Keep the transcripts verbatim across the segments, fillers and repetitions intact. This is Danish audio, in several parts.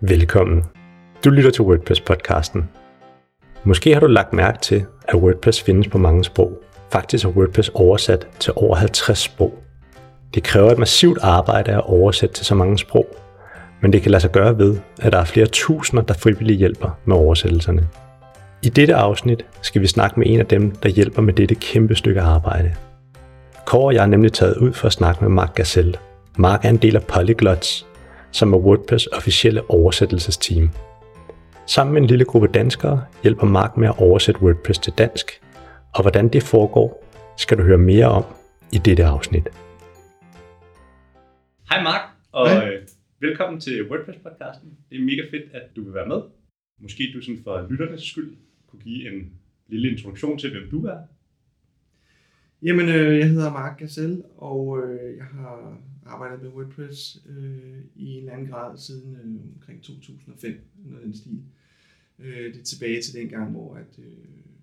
Velkommen. Du lytter til WordPress-podcasten. Måske har du lagt mærke til, at WordPress findes på mange sprog. Faktisk er WordPress oversat til over halvtreds sprog. Det kræver et massivt arbejde at oversætte til så mange sprog, men det kan lade sig gøre ved, at der er flere tusinder, der frivilligt hjælper med oversættelserne. I dette afsnit skal vi snakke med en af dem, der hjælper med dette kæmpe stykke arbejde. Kåre og jeg er nemlig taget ud for at snakke med Mark Gazelle. Mark er en del af Polyglots, som er WordPress' officielle oversættelsesteam. Sammen med en lille gruppe danskere hjælper Mark med at oversætte WordPress til dansk, og hvordan det foregår, skal du høre mere om i dette afsnit. Hej Mark, og Hej. Velkommen til WordPress-podcasten. Det er mega fedt, at du vil være med. Måske du sådan for lytternes skyld kunne give en lille introduktion til, hvem du er. Jamen, øh, jeg hedder Mark Gazelle, og øh, jeg har arbejdet med WordPress øh, i en eller anden grad siden øh, omkring to tusind og fem, noget af den stil. Øh, det er tilbage til den gang, hvor at, øh,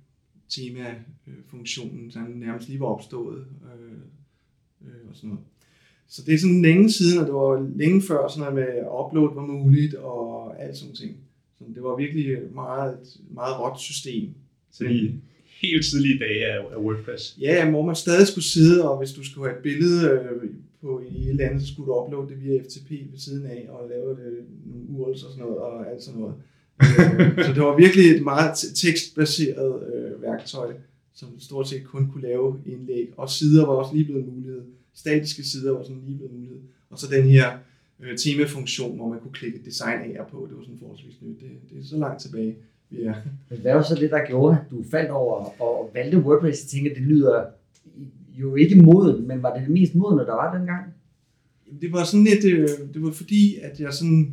tema-funktionen sådan nærmest lige var opstået øh, øh, og sådan noget. Så det er sådan længe siden, og det var længe før sådan noget med upload var muligt og alt sådan ting. Så det var virkelig meget, meget råt system. Så de helt tidlige dage af WordPress? Ja, hvor man stadig skulle sidde, og hvis du skulle have et billede øh, på i et eller andet, så skulle du uploade det via F T P ved siden af, og lave det, nogle U R Ls og sådan noget, og alt sådan noget. øh, så det var virkelig et meget tekstbaseret øh, værktøj, som stort set kun kunne lave indlæg. Og sider var også lige blevet mulighed. Statiske sider var sådan lige blevet mulighed. Og så den her øh, temafunktion, hvor man kunne klikke design af på, det var sådan forholdsvis nyt. Det, det er så langt tilbage. Yeah. Hvad var så det, der gjorde, at du faldt over og valgte WordPress? Jeg tænker, det lyder jo ikke moden, men var det det mest modne, der var dengang? Det var sådan lidt, det var fordi, at jeg sådan,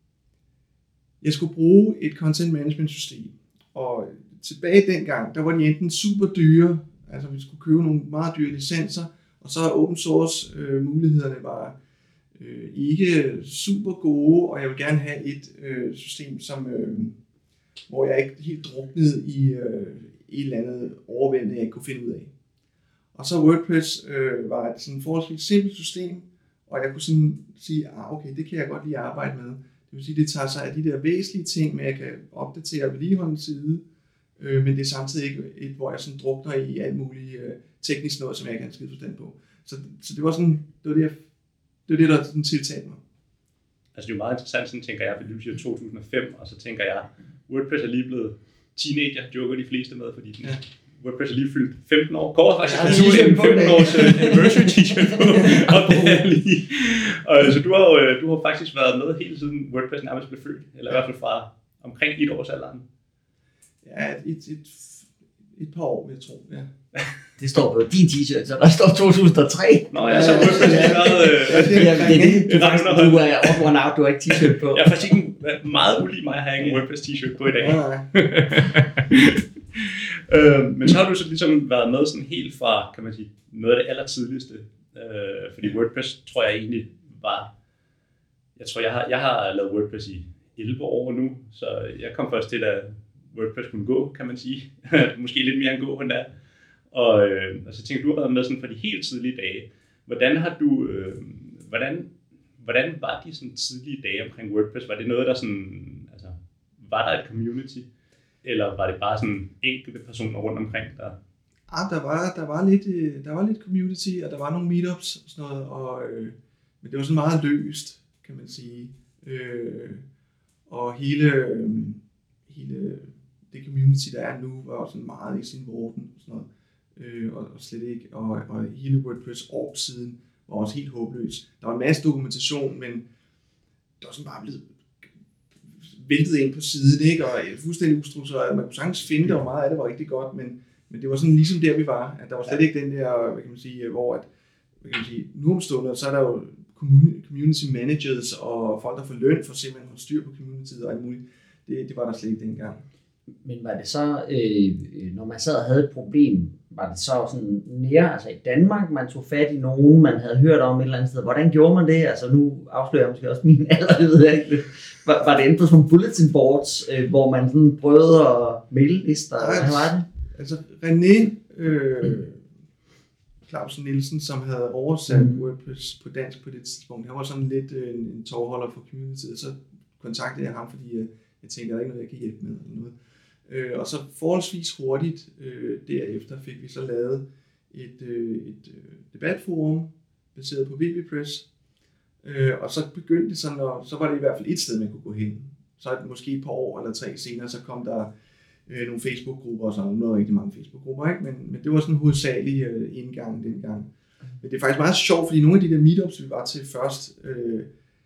jeg skulle bruge et content management system, og tilbage dengang, der var de enten super dyre, altså vi skulle købe nogle meget dyre licenser, og så open source øh, mulighederne var øh, ikke super gode, og jeg vil gerne have et øh, system, som øh, hvor jeg ikke helt druknede i øh, et eller andet overvældende, jeg ikke kunne finde ud af. Og så WordPress øh, var et sådan forholdsvis simpelt system, og jeg kunne sådan sige, ah, okay, det kan jeg godt lige arbejde med. Det vil sige, det tager sig af de der væsentlige ting, men jeg kan opdatere og vedligeholde en side, øh, men det er samtidig ikke et, hvor jeg sådan drukner i alt muligt øh, teknisk noget, som jeg ikke har en skide forstand på. Så, så det var sådan, det var det, jeg, det, var det der sådan tiltalte mig. Altså det er jo meget interessant, sådan tænker jeg, fordi du siger to tusind og fem, og så tænker jeg, WordPress er lige blevet teenager, joker de fleste med, fordi den, ja. WordPress er lige fyldt femten år. Kåre faktisk har ja, en femten års anniversary t-shirt på, og det er lige. Og, så du har jo du har faktisk været med hele siden WordPress nærmest blev født, eller i hvert fald fra omkring et års alderen. Ja, et, et, et par år, vil jeg tro, ja. Det står på din t-shirt, så der står to tusind og tre. Nå ja, så WordPress er været... Ja, det er det. Du er faktisk, du er off one out, du har ikke t-shirt på. Jeg er faktisk ikke meget ulig mig, at have en WordPress t-shirt på i dag. øh, men så har du så ligesom været med sådan helt fra, kan man sige, noget af det allertidligste. Øh, fordi WordPress, tror jeg egentlig var... Jeg tror, jeg har, jeg har lavet WordPress i elleve år nu, så jeg kom først til, at WordPress kunne gå, kan man sige. Måske lidt mere end gå end der. Og, øh, og så tænker du, har været med sådan fra de helt tidlige dage. Hvordan har du, øh, hvordan, hvordan var de sådan tidlige dage omkring WordPress? Var det noget, der sådan, altså, var der et community? Eller var det bare sådan enkelte personer rundt omkring, der... Ah, der var, der var lidt, der var lidt community, og der var nogle meetups og sådan noget, og, øh, men det var sådan meget løst, kan man sige. Øh, og hele, øh, hele det community, der er nu, var også sådan meget i sin vorden og sådan noget. Øh, og, og slet ikke, og, og hele WordPress org-siden var også helt håbløs. Der var en masse dokumentation, men det var sådan bare blevet væltet ind på siden, ikke? Og fuldstændig ustruktureret. Man kunne sagtens finde det, og meget af det var rigtig godt, men, men det var sådan ligesom der, vi var. At der var slet ikke den der, hvad kan man sige, hvor at, hvad kan man sige, nu om stunder, så er der jo community managers og folk, der får løn for simpelthen at holde styr på communityet og alt muligt. Det, det var der slet ikke dengang. Men var det så, øh, når man sad og havde et problem, var det så sådan nære, altså i Danmark, man tog fat i nogen, man havde hørt om et eller andet sted. Hvordan gjorde man det? Altså nu afslører jeg måske også min alder, det ved jeg ikke. Var, var det enten sådan bulletin boards, øh, hvor man sådan prøvede at mail-lister? Hvad var det? Altså René øh, Clausen Nielsen, som havde oversat mm. WordPress på dansk på det tidspunkt, han var sådan lidt øh, en tovholder for communityet, så kontaktede jeg ham, fordi jeg, jeg tænkte, der er ikke noget, jeg kan hjælpe med. Eller noget. Øh, og så forholdsvis hurtigt øh, derefter fik vi så lavet et, øh, et øh, debatforum, baseret på ViviPress. Øh, og så begyndte det sådan, og så var det i hvert fald et sted, man kunne gå hen. Så måske et par år eller tre senere, så kom der øh, nogle Facebook-grupper, og sådan noget, rigtig mange Facebook-grupper, ikke? Men, men det var sådan en hovedsagelig øh, indgang dengang. Men det er faktisk meget sjovt, fordi nogle af de der meetups, vi var til først, øh,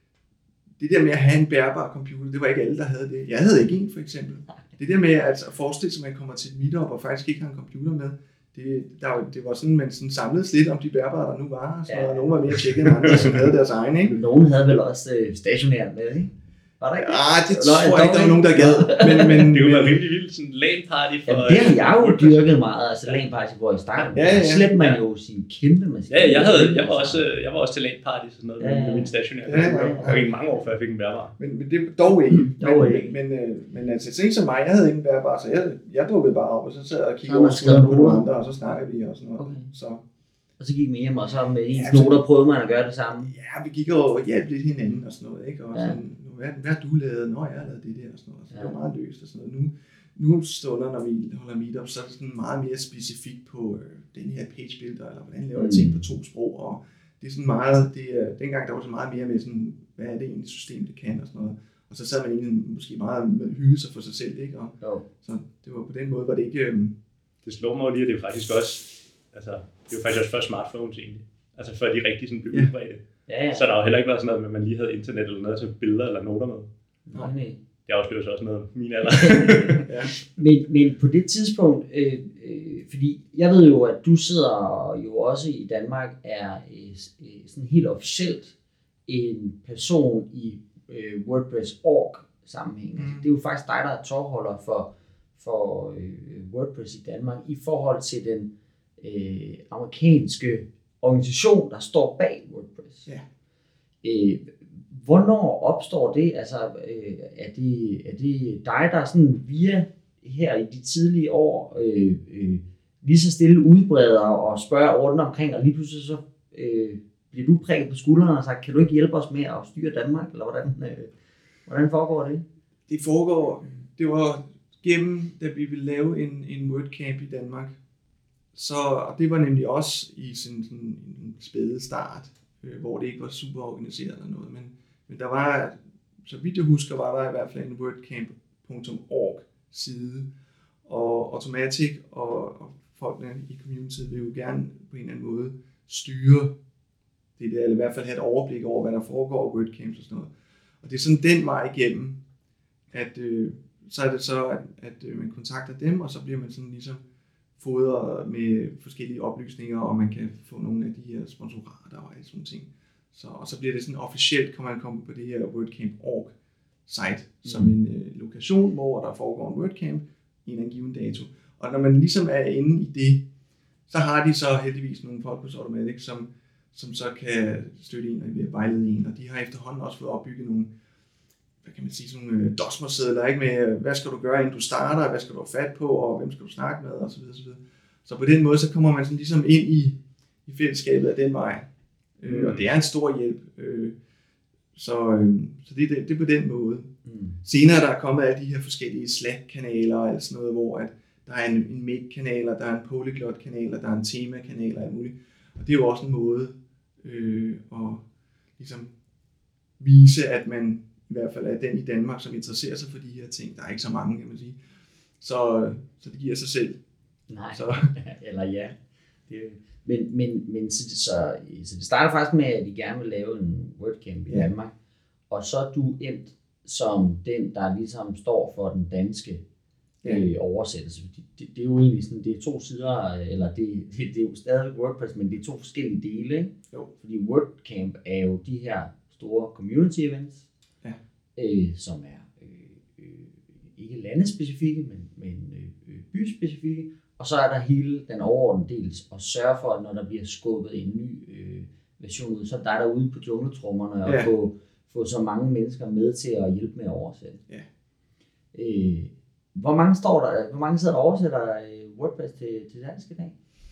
det der med at have en bærbar computer, det var ikke alle, der havde det. Jeg havde ikke en, for eksempel. Det der med at forestille sig, at man kommer til et meetup og faktisk ikke har en computer med, det, der, det var sådan, man sådan samledes lidt om de bærbare, der nu var, så ja. Nogen var mere tjekket end andre, som havde deres egen, ikke? Nogen havde vel også øh, stationært med, ikke? Var der ikke det? Ah, det tror jeg ikke, der var nogen, der gad. Men, men, det kunne være virkelig vildt, sådan en LAN-party for... Ja, det har jeg jo dyrket meget, altså LAN-party, hvor i starten, ja, ja, ja. Så slæbte man jo sin kæmpe maskine. Ja, jeg, havde, jeg, var også, jeg var også til LAN-party, sådan noget, ja, ja. Med min stationær. Ja, ja, ja. Jeg var ikke mange år, før jeg fik en bærbar. Men, men det dog ikke. Dog men, ikke. Men, men, men altså, sådan som mig, jeg havde ikke en bærbar, så jeg, jeg dukkede bare op, og så sad jeg og kiggede over skulderen på nogle andre, og så snakkede vi og sådan noget. Okay. Så. Og så gik man hjem, og så med ens ja, noter prøvede man at gøre det samme. Ja, vi gik over og hjalp lidt hinanden og sådan noget, ikke? Og ja. Sådan, hvad, hvad har du lavet? Nå, jeg har lavet det der og sådan noget. Så ja. Det var meget løst og sådan noget. Nu, nu stunder, når vi holder meetup, så er det sådan meget mere specifikt på øh, den her page builder, eller hvordan laver jeg mm. ting på to sprog, og det er sådan meget, det er, dengang der var så meget mere med sådan, hvad er det egentlig system, det kan og sådan noget. Og så sad man egentlig måske meget hygge sig for sig selv, ikke? Og, jo. Så det var på den måde, var det ikke... Øh, det slår mig lige, at det er faktisk også, altså, det er jo faktisk også først smartphones egentlig. Altså før de rigtig sådan blev udbredte. Ja, ja. Så der har jo heller ikke været sådan noget med, at man lige havde internet eller noget til billeder eller noter med. Nej, nej. Det afslører så også noget min alder. ja. men, men på det tidspunkt, øh, øh, fordi jeg ved jo, at du sidder jo også i Danmark, er øh, sådan helt officielt en person i øh, WordPress punktum org sammenhæng. Mm. Det er jo faktisk dig, der er tovholder for, for øh, WordPress i Danmark i forhold til den øh, amerikanske organisation, der står bag WordPress. Ja. Øh, hvornår opstår det? Altså, øh, er det, er det dig, der sådan via her i de tidlige år øh, øh, lige så stille udbreder og spørger rundt omkring, og lige pludselig så øh, bliver du prikket på skulderen og sagt, kan du ikke hjælpe os med at styre Danmark? Eller hvordan, øh, hvordan foregår det? Det foregår, det var gennem, da vi ville lave en, en WordCamp i Danmark. Så, og det var nemlig også i sådan, sådan en spæde start, øh, hvor det ikke var super organiseret eller noget, men, men der var, så vidt jeg husker, var der i hvert fald en WordCamp punktum org side, og Automattic og, og folkene i communityet vil jo gerne på en eller anden måde styre det der, eller i hvert fald have et overblik over, hvad der foregår i WordCamps og sådan noget. Og det er sådan den vej igennem, at øh, så er det så, at, at øh, man kontakter dem, og så bliver man sådan ligesom fodret med forskellige oplysninger, og man kan få nogle af de her sponsorater og sådan nogle ting. Så, og så bliver det sådan officielt, kan man komme på det her WordCamp punktum org site, mm. som en øh, lokation, hvor der foregår en WordCamp i en given dato. Og når man ligesom er inde i det, så har de så heldigvis nogle folk hos Automattic, som, som så kan støtte en og vejlede en, og de har efterhånden også fået opbygget nogle, hvad kan man sige, sådan nogle dosmersedler, ikke med, hvad skal du gøre, inden du starter, hvad skal du have fat på, og hvem skal du snakke med, og så videre, så videre. Så på den måde, så kommer man sådan ligesom ind i, i fællesskabet af den vej, mm. øh, og det er en stor hjælp. Øh, så øh, så det, det, det er på den måde. Mm. Senere der er kommet alle de her forskellige Slack-kanaler og alt sådan noget, hvor at der er en, en Make-kanal, og der er en Polyglot-kanal, og der er en Tema-kanal og alt muligt. Og det er jo også en måde øh, at ligesom vise, at man i hvert fald er den i Danmark, som interesserer sig for de her ting. Der er ikke så mange, kan man sige. Så, så det giver sig selv. Nej, så. Eller ja. Det, men, men, men så, så, så det starter faktisk med, at de gerne vil lave en WordCamp i ja. Danmark, og så er du endt som den, der ligesom står for den danske ja. øh, oversættelse. Det, det, det er jo egentlig sådan, det er to sider, eller det, det, det er jo stadig WordPress, men det er to forskellige dele, ikke? Jo. Fordi WordCamp er jo de her store community events, ja. øh, som er øh, øh, ikke landespecifikke, men, men øh, byspecifikke. Og så er der hele den overordnede del at sørge for, at når der bliver skubbet en ny øh, version ud, så er der derude på jungletrummerne og ja. få, få så mange mennesker med til at hjælpe med at oversætte. Ja. Øh, hvor mange står der? Hvor mange sidder og oversætter øh, WordPress til, til dansk i dag?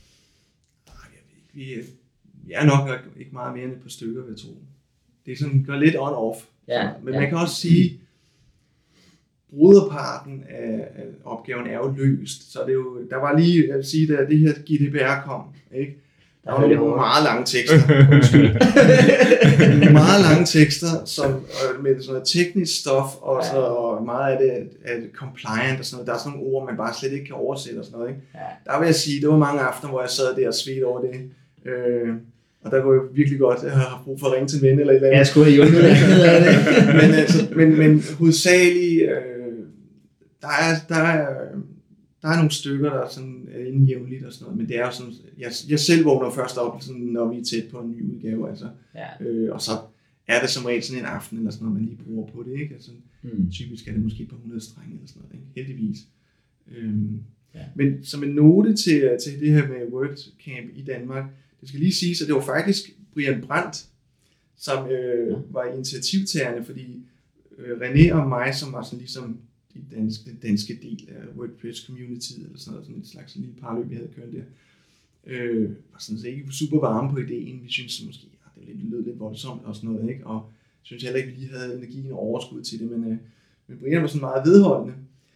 Jeg ved ikke. Vi, vi er nok ikke meget mere end et par stykker, vil jeg tro. Det er sådan, går lidt on-off. Ja, men ja. Man kan også sige, broderparten af, af opgaven er jo løst. Så det er jo, der var lige, jeg vil sige, da det her G D P R kom, ikke? Der var nogle meget lange tekster. meget lange tekster, som, med sådan noget teknisk stof, og, så, og meget af det er compliant og sådan noget. Der er sådan nogle ord, man bare slet ikke kan oversætte og sådan noget. Ikke? Der vil jeg sige, det var mange aftener, hvor jeg sad der og svedte over det. Øh, og der går jeg virkelig godt, jeg har brug for at ringe til en ven eller et eller andet. Jeg skulle have hjulpet af det. men, altså, men, men hovedsageligt, øh, der er, der er Der er nogle stykker, der er sådan inden jævnligt og sådan noget, men det er jo sådan, jeg, jeg selv vågner først op, sådan, når vi er tæt på en ny udgave, altså. Ja. Øh, og så er det som regel sådan en aften, eller sådan noget, man lige bruger på det, ikke? Altså, mm. Typisk er det måske på hundrede strenge eller sådan noget, ikke? Heldigvis. Øhm, ja. Men som en note til, til det her med WordCamp i Danmark, det skal lige siges, at det var faktisk Brian Brandt, som øh, var initiativtagerne, fordi øh, René og mig, som var sådan ligesom de danske, den danske del af WordPress-communityet, eller sådan noget, sådan en slags lille parløb, vi havde kørt der, øh, var sådan så ikke super varme på ideen. Vi synes måske, ja, det lød lidt voldsomt og sådan noget, ikke? Og synes heller ikke, vi lige havde energien og overskud til det, men, øh, men Brian var sådan meget vedholdende.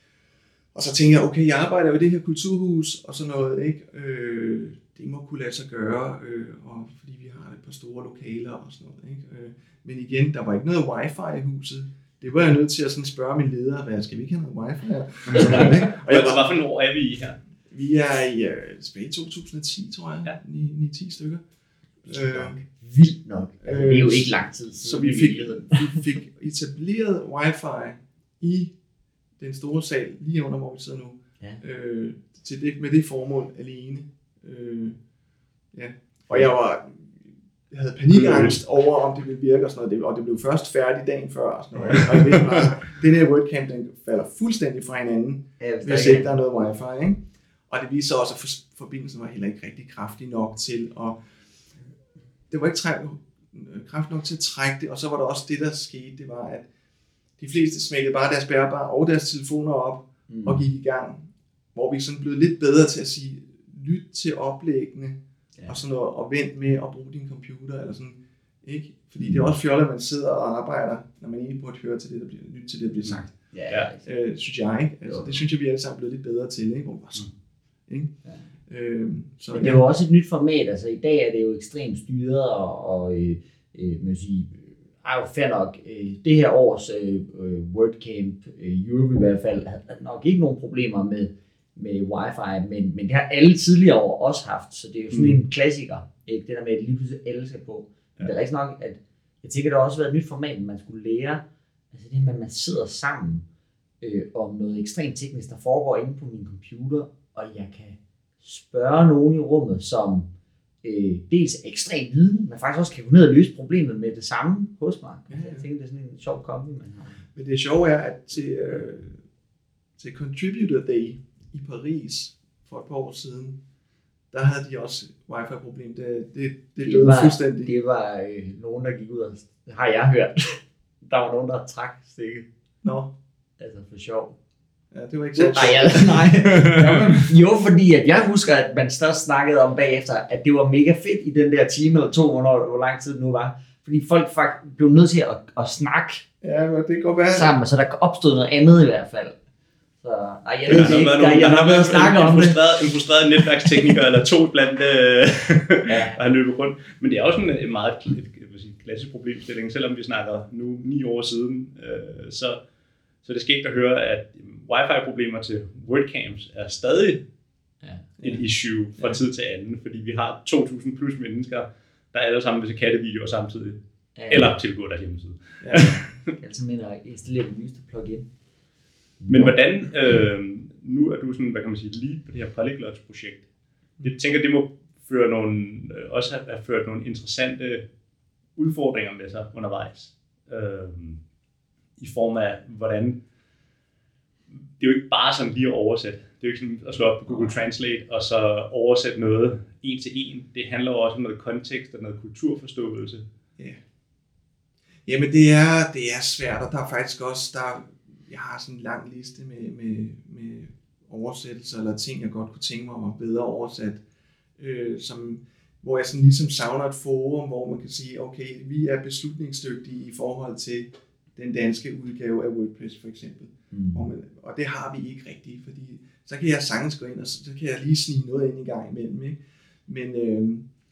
Og så tænkte jeg, okay, jeg arbejder jo i det her kulturhus og sådan noget, ikke? Øh, det må kunne lade sig gøre, øh, og fordi vi har et par store lokaler og sådan noget, ikke? Øh, men igen, der var ikke noget wifi i huset. Det var jeg nødt til at sådan spørge min leder, hvad skal vi ikke have noget wifi her? Og jeg var, hvad for nogle år er vi i her? Vi er i uh, tilbage i to tusind og ti, tror jeg. Ja. ni til ti stykker. Øh, Vildt nok. Altså, det er jo ikke lang tid siden. Så vi fik, vi fik etableret wifi i den store sal, lige under hvor vi sidder nu. Ja. Øh, til det, med det formål alene. Øh, ja. Og jeg var... Jeg havde panikangst over, om det ville virke og sådan noget, og det blev først færdigt dagen før og sådan noget. Og jeg ved bare, den her WordCamp, den falder fuldstændig fra hinanden, ja, hvis ikke der er noget wifi, ikke? Og det viser også, at forbindelsen var heller ikke rigtig kraftig nok til, og det var ikke træk, kraft nok til at trække det, og så var der også det, der skete, det var, at de fleste smækkede bare deres bærbare og deres telefoner op mm. og gik i gang, hvor vi sådan blev lidt bedre til at sige, lyt til oplæggene, ja. Og sådan noget, og vent med at bruge din computer, eller sådan, ikke? Fordi det er også fjollet, at man sidder og arbejder, når man egentlig burde høre til det, der bliver lytte til det, der bliver sagt. Ja, øh, synes jeg, ikke? Altså, det synes jeg, vi alle sammen er blevet lidt bedre til, ikke? Hvor sådan, ikke? Ja. Øh, så, Men det er jo også et nyt format, altså i dag er det jo ekstremt styret, og, og øh, øh, man sige, er jo fair nok, øh, det her års øh, WordCamp, øh, Europe i hvert fald, havde nok ikke nogen problemer med med wifi, men, men det har alle tidligere år også haft, så det er jo sådan mm. en klassiker, ikke? Det der med, at lige pludselig alle skal på. Men ja. Det er rigtig nok, at jeg tænker, der har også været et nyt format, man skulle lære, altså det med, at man sidder sammen øh, om noget ekstremt teknisk, der foregår inde på min computer, og jeg kan spørge nogen i rummet, som øh, dels er ekstremt viden, men faktisk også kan gå ned og løse problemet med det samme hos mig. Ja, ja. Jeg tænker, det er sådan en sjov kombi, man har. Men det sjove er, at til, øh, til Contributor Day i Paris for et par år siden, der havde de også wifi-problem. Det, det, det lød fuldstændig. Det var øh, nogen, der gik ud, og det har jeg hørt. Der var nogen, der trak stikket. Nå. Altså for sjov. Ja, det var ikke så. Nej, ja, nej. Jo, fordi at jeg husker, at man stadig snakkede om bagefter, at det var mega fedt i den der time eller to, hvornår, hvor lang tid det nu var. Fordi folk faktisk blev nødt til at, at snakke ja, det kan godt være. sammen, så der opstod noget andet i hvert fald. Så, nej, jeg ved ikke, der, der, jeg har været at snakke om det. En frustreret netværkstekniker eller to blandt, øh, ja. Og han løber rundt. Men det er også en meget klassisk problemstilling, selvom vi snakker nu ni år siden. Øh, så, så det skete at høre, at wifi-problemer til WordCamps er stadig ja. et issue fra ja. tid til anden, fordi vi har to tusind plus mennesker, der alle sammen vil se kattevideoer samtidig, ja, ja. Eller tilgå deres hjemmeside. Ja. Altså mener jeg installere det nyeste plugin. Men hvordan, øh, nu er du sådan, hvad kan man sige, lead på det her Polyglots-projekt. Jeg tænker, det må føre nogle, også have ført nogle interessante udfordringer med sig undervejs. Øh, I form af, hvordan, det er jo ikke bare sådan lige at oversætte. Det er jo ikke sådan at slå op på Google Translate og så oversætte noget en til en. Det handler jo også om noget kontekst og noget kulturforståelse. Ja. Jamen det er, det er svært, og der er faktisk også, der jeg har sådan en lang liste med, med, med oversættelser eller ting, jeg godt kunne tænke mig om at bedre oversat, øh, som, hvor jeg sådan ligesom savner et forum, hvor man kan sige, okay, vi er beslutningsdygtige i forhold til den danske udgave af WordPress for eksempel. Mm. Og, og det har vi ikke rigtigt, fordi så kan jeg sagtens gå ind, og så, så kan jeg lige snige noget ind i gang imellem, ikke? Men, øh,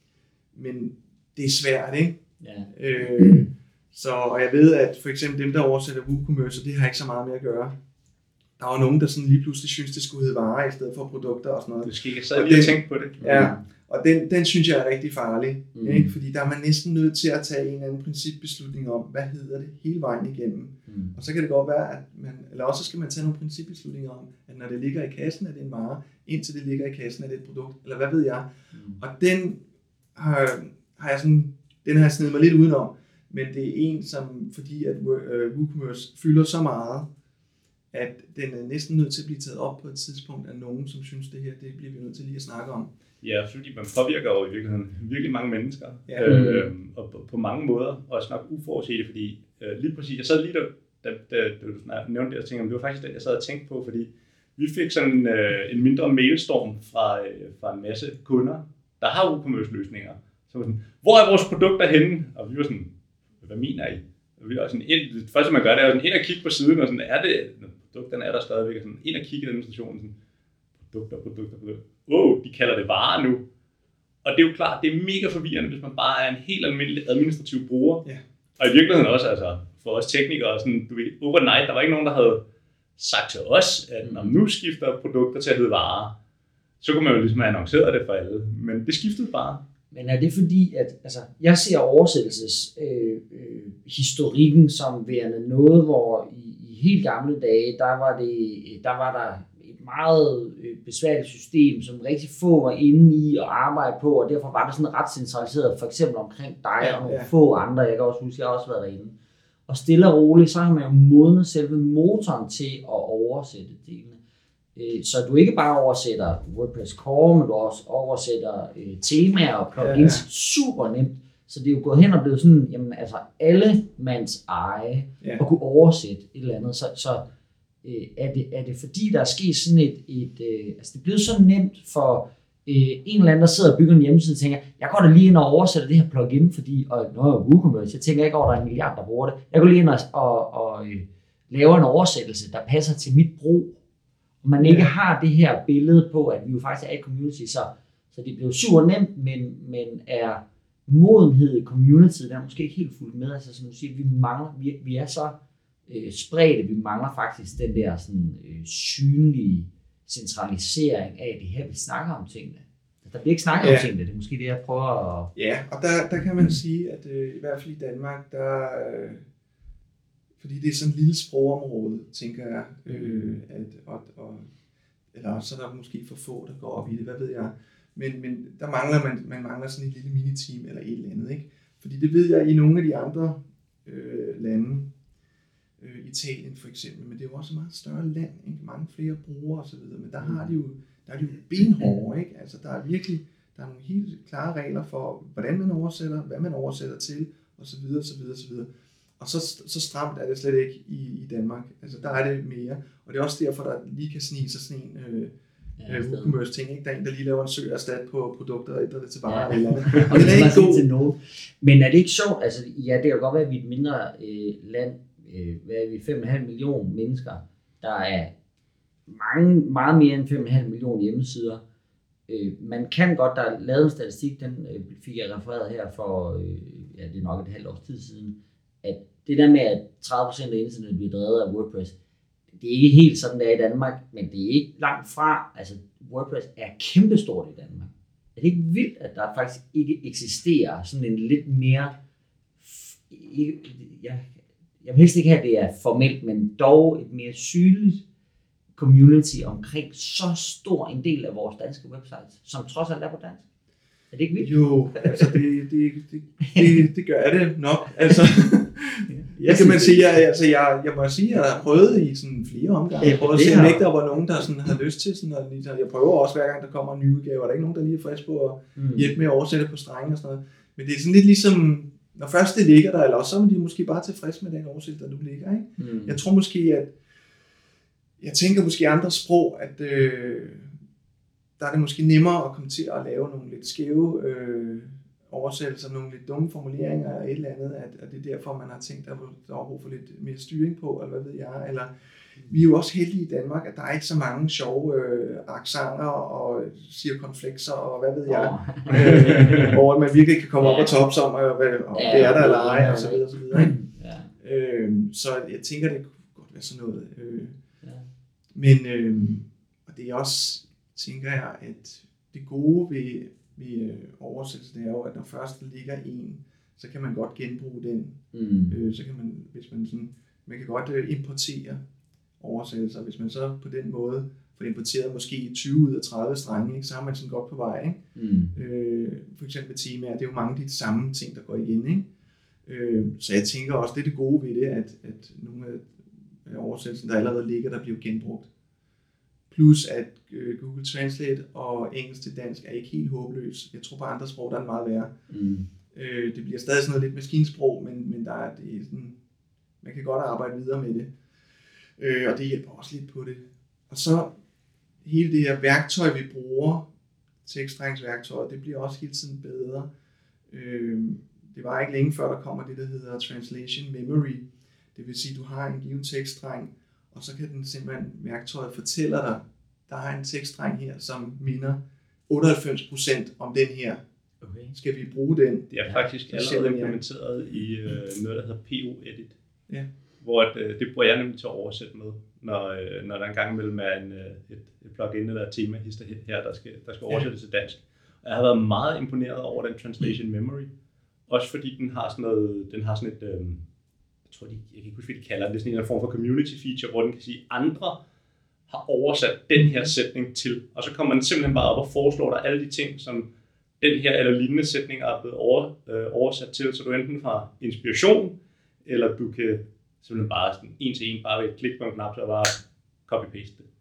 men det er svært, ikke? Ja. Øh, så, og jeg ved, at for eksempel dem, der oversætter WooCommerce, det har ikke så meget med at gøre. Der var nogen, der sådan lige pludselig synes, det skulle hedde varer i stedet for produkter og sådan noget. Det skal ikke så lige tænke på det. Ja, og den, den synes jeg er rigtig farlig, mm. ikke? Fordi der er man næsten nødt til at tage en eller anden principbeslutning om, hvad hedder det hele vejen igennem. Mm. Og så kan det godt være, at man, eller også skal man tage nogle principbeslutninger om, at når det ligger i kassen, er det en vare, indtil det ligger i kassen, er det et produkt, eller hvad ved jeg. Mm. Og den har, har jeg sådan, den har jeg snedet mig lidt udenom, men det er en, som fordi at WooCommerce fylder så meget, at den er næsten nødt til at blive taget op på et tidspunkt af nogen, som synes det her, det bliver vi nødt til lige at snakke om. Ja, fordi man påvirker jo i virkeligheden virkelig mange mennesker, ja. øh, og på, på mange måder, også nok uforudsete, fordi øh, lige præcis, jeg sad lige der, da, da, da du nævnte det, og tænkte, det var faktisk det, jeg sad og tænkte på, fordi vi fik sådan øh, en mindre mailstorm fra, øh, fra en masse kunder, der har WooCommerce-løsninger. Så var sådan, hvor er vores produkter henne? Og vi var sådan, hvad mener I? Og vi var sådan, ind, det første man gør, det er sådan ind og kigge på siden, og sådan, er det, produkterne er der stadigvæk, og sådan ind og kigge i administrationen, sådan, produkter, produkter, produkter. Wow, de kalder det varer nu. Og det er jo klart, det er mega forvirrende, hvis man bare er en helt almindelig administrativ bruger. Ja. Og i virkeligheden også, altså, for os teknikere, sådan, du ved, overnight, der var ikke nogen, der havde sagt til os, at når nu skifter produkter til at hedde varer, så kunne man jo ligesom have annonceret det for alle. Men det skiftede bare. Men er det fordi, at altså, jeg ser oversættelseshistorikken øh, øh, som værende noget, hvor i, i helt gamle dage, der var, det, der var der et meget øh, besværligt system, som rigtig få var inde i at arbejde på, og derfor var det sådan ret centraliseret, for eksempel omkring dig ja, og nogle ja. få andre, jeg kan også huske, jeg har også været derinde. Og stille og roligt, så har man jo modnet selve motoren til at oversætte delene. Så du ikke bare oversætter WordPress Core, men du også oversætter øh, temaer og plugins ja, ja. super nemt. Så det er jo gået hen og blevet sådan, jamen altså alle mands eje ja. at kunne oversætte et eller andet. Så, så øh, er, det, er det fordi, der er sket sådan et, et øh, altså det er blevet så nemt for øh, en eller anden, der sidder og bygger en hjemmeside og tænker, jeg går da lige ind og oversætter det her plugin, fordi, og nå, WooCommerce, jeg tænker ikke over, der er en milliard, der bruger det. Jeg går lige ind og, og, og øh, laver en oversættelse, der passer til mit brug. Og man ikke har det her billede på, at vi jo faktisk er et community, så, så det bliver super nemt, men, men er modenhed i communityet, der er måske ikke helt fuldt med. Altså som du siger, vi mangler, vi, vi er så øh, spredte, vi mangler faktisk den der sådan, øh, synlige centralisering af det her, vi snakker om tingene. Der bliver ikke snakket ja. om tingene, det er måske det, jeg prøver at... Ja, og der, der kan man sige, at øh, i hvert fald i Danmark, der... Øh, fordi det er sådan et lille sprogområde, tænker jeg, øh, at, og, og, eller så er der måske for få, der går op i det, hvad ved jeg. Men, men der mangler man, man mangler sådan et lille miniteam eller et eller andet, ikke? Fordi det ved jeg i nogle af de andre øh, lande, øh, Italien for eksempel, men det er jo også et meget større land, ikke? Mange flere brugere og så videre, men der har de jo, der er de jo benhårde, ikke? Altså der er virkelig, der er nogle helt klare regler for, hvordan man oversætter, hvad man oversætter til, og så videre, så videre, så videre. Og så, så stramt er det slet ikke i, i Danmark. Altså der er det mere. Og det er også derfor, der lige kan snige sig sådan en øh, ja, øh, WooCommerce ting. Ikke? Der er en, der lige laver en søg erstat på produkter og ændrer det til varer. Ja. Eller andet. Og det er ikke god til nogen. Men er det ikke sjovt? Altså, ja, det kan godt være, at vi er et mindre øh, land. Øh, hvad er vi? fem komma fem millioner mennesker. Der er mange, meget mere end fem komma fem millioner hjemmesider. Øh, man kan godt, der er lavet en statistik, den øh, fik jeg refereret her for, øh, ja, det er nok et halvt års tid siden, at det der med, at tredive procent af internettet bliver drevet af WordPress, det er ikke helt sådan, det er i Danmark, men det er ikke langt fra. Altså, WordPress er kæmpestort i Danmark. Er det ikke vildt, at der faktisk ikke eksisterer sådan en lidt mere... Jeg, jeg vil helst ikke have, at det er formelt, men dog et mere synligt community omkring så stor en del af vores danske websites, som trods alt er på dansk. Er det ikke vildt? Jo, altså det, det, det, det, det gør det nok. Altså, det kan man sige, jeg, altså jeg, jeg må sige, at jeg har prøvet i sådan flere omgange. Jeg prøver at se, om ikke der var nogen, der sådan havde lyst til sådan, og jeg prøver også hver gang, der kommer en ny udgave, og der er ikke nogen, der lige er frisk på at hjælpe med at oversætte på strenge og sådan noget. Men det er sådan lidt ligesom, når først det ligger der, eller også så er de måske bare tilfreds med den oversættelse, der nu ligger. Ikke? Mm. Jeg tror måske, at jeg tænker måske andre sprog, at øh, der er det måske nemmere at komme til at lave nogle lidt skæve øh, oversættelser, nogle lidt dumme formuleringer eller et eller andet, at, at det er derfor, man har tænkt, at der er brug for lidt mere styring på, eller hvad ved jeg, eller vi er jo også heldige i Danmark, at der er ikke så mange sjove øh, accenter og cirkumflekser og hvad ved jeg, oh. øh, hvor man virkelig kan komme op og toppe om, og, og ja, det er der eller ej, og så videre, og så videre. Ja. Øh, så jeg tænker, det kunne godt være sådan noget. Øh, ja. Men øh, og det er også, tænker jeg, at det gode ved, ved oversættelse, det er jo, at når først der ligger en, så kan man godt genbruge den. Mm. Øh, så kan man, hvis man sådan, man kan godt øh, importere oversættelser. Hvis man så på den måde får importeret måske tyve ud af tredive strenge, ikke, så har man sådan godt på vej. Ikke? Mm. Øh, for eksempel temaer, det er jo mange af de samme ting, der går igen. Ikke? Øh, så jeg tænker også, det er det gode ved det, at, at nogle af oversættelsen, der allerede ligger, der bliver genbrugt. Plus at øh, Google Translate og engelsk til dansk er ikke helt håbløs. Jeg tror på andre sprog, der er meget værre. Mm. Øh, det bliver stadig sådan noget lidt maskinsprog, men, men der er det sådan, man kan godt arbejde videre med det. Øh, og det hjælper også lidt på det. Og så hele det her værktøj, vi bruger, tekststrengsværktøjet, det bliver også hele tiden bedre. Øh, det var ikke længe før, der kommer det, der hedder Translation Memory. Det vil sige, at du har en given tekststreng, og så kan den simpelthen, værktøjet fortæller dig, der er en tekststreng her, som minder otteoghalvfems procent om den her. Okay. Skal vi bruge den? Det er faktisk ja, allerede implementeret i øh, noget, der hedder P O Edit. Ja. Hvor at, øh, det bruger jeg nemlig til at oversætte med, når, øh, når der engang imellem er en, øh, et, et plugin eller et tema her, der skal, der skal oversættes ja. til dansk. Og jeg har været meget imponeret over den Translation Memory. Også fordi den har sådan noget, den har sådan et, øh, jeg tror, de, jeg kan ikke huske, hvad de kalder det, det er sådan en form for community feature, hvor den kan sige, andre har oversat den her sætning til. Og så kommer den simpelthen bare op og foreslår dig alle de ting, som den her eller lignende sætning er blevet over, øh, oversat til, så du enten har inspiration, eller du kan simpelthen bare sådan en til en, bare ved et klik på en knap, så bare copy-paste det.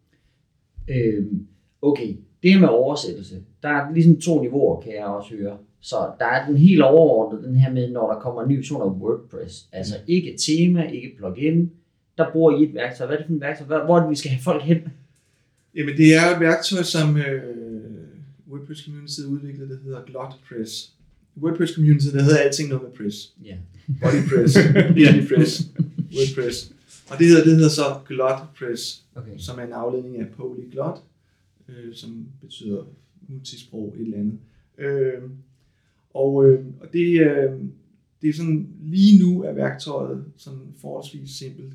Øhm, okay, det her med oversættelse, der er ligesom to niveauer, kan jeg også høre. Så der er den helt overordnede, den her med, når der kommer en ny version af WordPress. Altså ikke tema, ikke plugin. Der bruger I et værktøj. Hvad er det for et værktøj? Hvor er det, vi skal have folk hen? Jamen det er et værktøj, som øh, WordPress Community udviklet, der hedder GlotPress. WordPress Community, der hedder alting noget med press. Ja. Yeah. BodyPress, BodyPress, WordPress. Og det hedder, det hedder så GlotPress, okay. Som er en afledning af polyglot, øh, som betyder multisprog, et eller andet. Øh, og øh, og det, øh, det er sådan, lige nu er værktøjet sådan forholdsvis simpelt.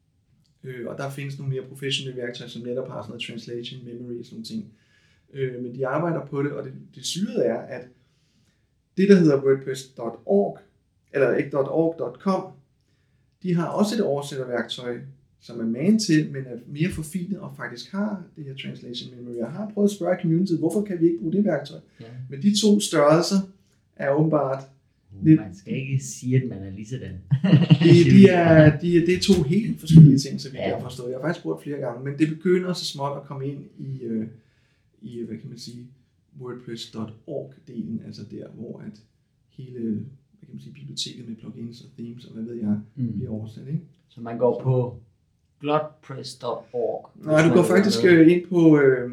Øh, og der findes nogle mere professionelle værktøjer, som netop har sådan noget translation, memory og sådan nogle ting. Øh, men de arbejder på det, og det, det syrede er, at det, der hedder WordPress punktum org, eller ikke .org punktum com, de har også et oversætterværktøj, som er man til, men er mere forfinet og faktisk har det her translation memory. Jeg har prøvet at spørge communityet, hvorfor kan vi ikke bruge det værktøj? Ja. Men de to størrelser er åbenbart uh, lidt... Man skal ikke sige, at man er lige sådan. de, de er, de, det er to helt forskellige ting, så vi ja. kan forstå. Jeg har faktisk spurgt flere gange, men det begynder så småt at komme ind i, øh, i hvad kan man sige, WordPress punktum org-delen, altså der, hvor at hele hvad kan man sige, biblioteket med plugins og themes og hvad ved jeg, mm. bliver oversat. Ikke? Så man går på glotpress punktum org. Nej, du går faktisk øh, ind på, øh,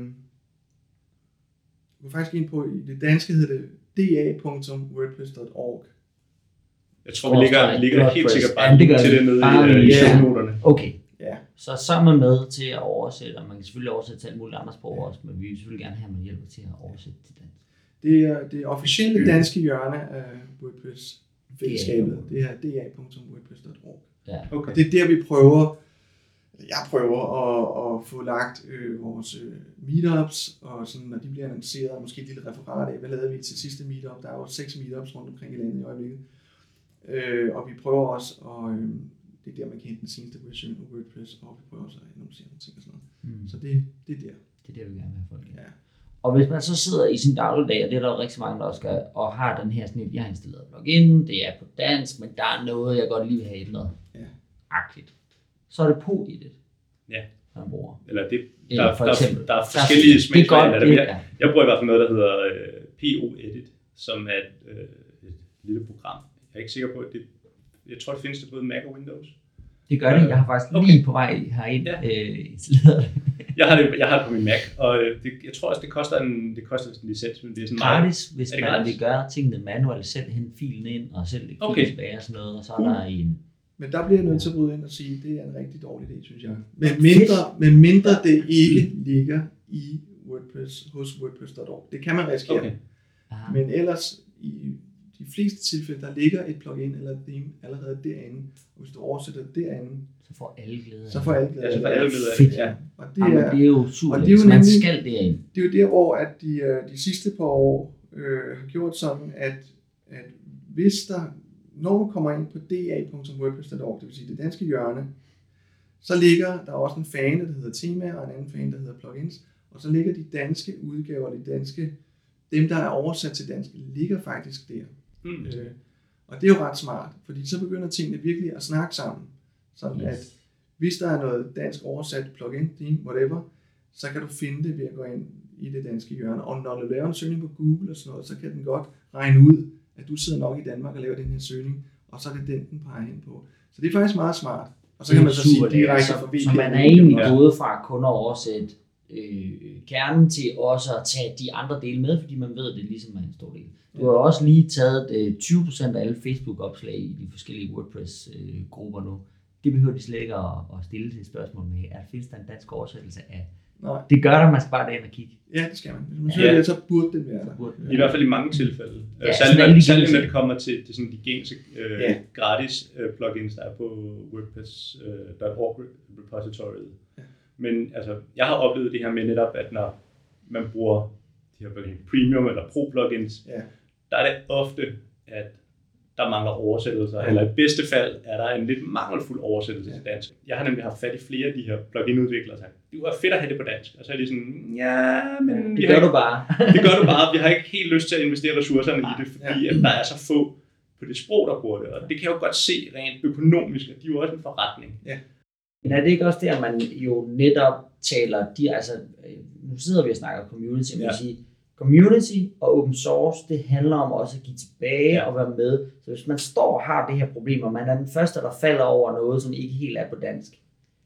du går faktisk ind på, i det danske hedder det d a punktum wordpress punktum org. Jeg tror, vi ligger, ligger helt sikkert bare ja, til det nede i, i shownoterne. Okay. Ja. Så så er man med til at oversætte, og man kan selvfølgelig oversætte til alle mulige andre sprog også, men vi vil selvfølgelig gerne have, at man hjælper til at oversætte til dansk. Det er det officielle danske hjørne af WordPress-fællesskabet. Det er d a punktum wordpress punktum org. Ja. Okay. Og det er der, vi prøver, jeg prøver at, at få lagt øh, vores øh, meetups, og sådan, når de bliver annonceret, måske et lille referat af, hvad lavede vi til sidste meetup. Der er jo seks meetups rundt omkring i landet i øjeblikket. Øh, og vi prøver også, og øh, det er der, man kan hente den seneste version af WordPress, og vi prøver også at annoncere nogle ting og sådan noget. Mm. Så det, det er der. Det er der, vi gerne vil have folk. Ja. Og hvis man så sidder i sin dagligdag, og det er der jo rigtig mange, der også gør, og har den her snit, jeg har installeret plugin, det er på dansk, men der er noget, jeg godt lige vil have ændret. Ja. Agtigt. Så er det på i det. Ja. Man bruger. Eller det, der, der, der, der er forskellige smagsvarianter. Jeg, jeg bruger i hvert fald noget, der hedder øh, P O Edit, som er et, øh, et lille program. Jeg er ikke sikker på, at det, jeg tror, det findes det både Mac og Windows. Det gør det. Jeg har faktisk Okay. lige på vej herind Ja. øh, installeret det. Jeg har det, jeg har det på min Mac, og det, jeg tror også, det koster en, det koster en licens, men det er sådan meget... Gratis, hvis Er det man gratis? vil gøre tingene manuelt, selv hente filen ind, og selv klikke Okay. tilbage og sådan noget, og så er Cool. der en... Men der bliver jeg nødt til at bryde ind og sige, at det er en rigtig dårlig idé, synes jeg. Men mindre, men mindre det ikke ligger i WordPress, hos WordPress punktum org. Det kan man risikere. Okay. Aha. Men ellers, i de fleste tilfælde, der ligger et plugin eller et theme allerede derinde. Og hvis du oversætter det derinde, Så får alle glæde af så får alle glæde Ja, så af får det. alle glæde af Fedt. det. Ja. Og det Jamen, er, det er jo super og det er jo lækkert. Man nemlig- skal derind. det er jo der, hvor at de, øh, de sidste par år øh, har gjort sådan, at, at hvis der, når du kommer ind på d a punktum wordpress punktum org, det vil sige det danske hjørne, så ligger der også en fan, der hedder temaer, og en anden fan, der hedder plugins, og så ligger de danske udgaver, de danske, dem der er oversat til dansk, ligger faktisk der. Mm. Øh, og det er jo ret smart, fordi så begynder tingene virkelig at snakke sammen, sådan Yes. at hvis der er noget dansk oversat plugin, theme, whatever, så kan du finde det ved at gå ind i det danske hjørne. Og når du laver en søgning på Google og sådan noget, så kan den godt regne ud, at du sidder nok i Danmark og laver den her søgning, og så er det den, den peger hen på. Så det er faktisk meget smart. Og så kan man så sige direkte så, fra V P N. så man er egentlig Ja. gået fra kun at oversætte øh, kernen til også at tage de andre dele med, fordi man ved, at det ligesom er en stor del. Du har jo også lige taget øh, tyve procent af alle Facebook-opslag i de forskellige WordPress-grupper nu. Det behøver de slet ikke at, at stille til et spørgsmål med. Er, findes der en dansk oversættelse af? Nej, Det gør der, man skal bare derind og kigge. ja, det skal man. Hvis man søger Ja. det, så burde den være der. Burde den. I hvert fald i mange tilfælde. Ja, Ja, sådan særligt, alle når, de særligt gængse. når det kommer til, til sådan de gængse øh, Ja. gratis øh, plugins, der er på WordPress punktum org øh, repositoriet. Ja. Men altså, jeg har oplevet det her med netop, at når man bruger de her plugins, premium eller pro plugins, Ja. der er det ofte, at der mangler oversættelser, Ja. eller i bedste fald er der en lidt mangelfuld oversættelse Ja. til dansk. Jeg har nemlig haft fat i flere af de her plugin-udviklere og sagt, det var fedt at have det på dansk. Og så er de sådan, ja, men vi Det har gør ikke du bare. det gør du bare. Vi har ikke helt lyst til at investere ressourcerne i det, fordi Ja. at der er så få på det sprog, der bruger det. Og det kan jeg jo godt se rent økonomisk, at de er jo også en forretning. Men er det ikke også der, man jo netop taler, de, altså, øh, nu sidder vi og snakker community, men Ja. ja. sige, community og open source, det handler om også at give tilbage Ja. ja. og være med. Så hvis man står og har det her problem, og man er den første, der falder over noget, som ikke helt er på dansk,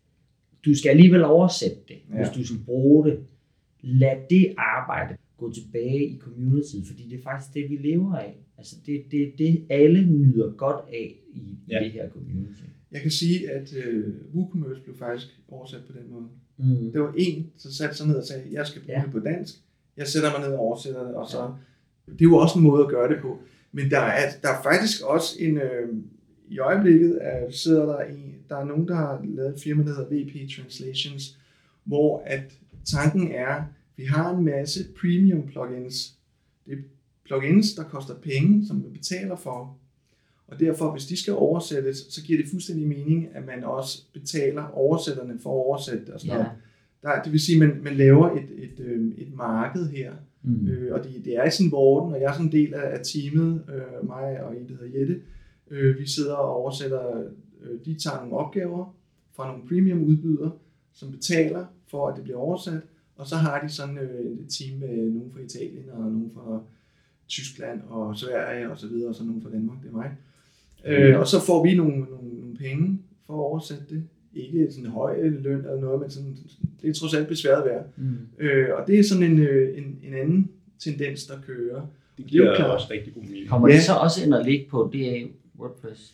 du skal alligevel oversætte det, Ja. ja. hvis du skal bruge det. Lad det arbejde gå tilbage i community, fordi det er faktisk det, vi lever af. Altså det det, det alle nyder godt af i, Ja. i det her community. Jeg kan sige, at øh, WooCommerce blev faktisk oversat på den måde. Mm. Det var en, der satte sig ned og sagde, jeg skal bruge Ja. det på dansk. Jeg sætter mig ned og oversætter det, og så... Det er jo også en måde at gøre det på. Men der er, der er faktisk også en... Øh, I øjeblikket er, sidder der en... Der er nogen, der har lavet et firma, der hedder V P Translations, hvor at tanken er, vi har en masse premium plugins. Det er plugins, der koster penge, som vi betaler for. Og derfor, hvis de skal oversættes, så giver det fuldstændig mening, at man også betaler oversætterne for at oversætte det og sådan Ja. noget. Der, det vil sige, at man, man laver et, et, øh, et marked her, Mm. øh, og det, det er i sådan en vorden, og jeg er sådan en del af, af teamet, øh, mig og en, der hedder Jette. Øh, vi sidder og oversætter, øh, de tager nogle opgaver fra nogle premium udbydere, som betaler for, at det bliver oversat, og så har de sådan øh, et team med nogen fra Italien, og nogen fra Tyskland, og Sverige, og så videre, og så nogen fra Danmark, det er mig. Øh, og så får vi nogle, nogle, nogle penge for at oversætte det. Ikke sådan en høj løn eller noget, men sådan, det er trods alt besværet værd. Mm. Øh, og det er sådan en, øh, en, en anden tendens, der kører. Det Det er jo giver klart. også rigtig god mening. Kommer Ja. det så også ind og ligge på D A WordPress?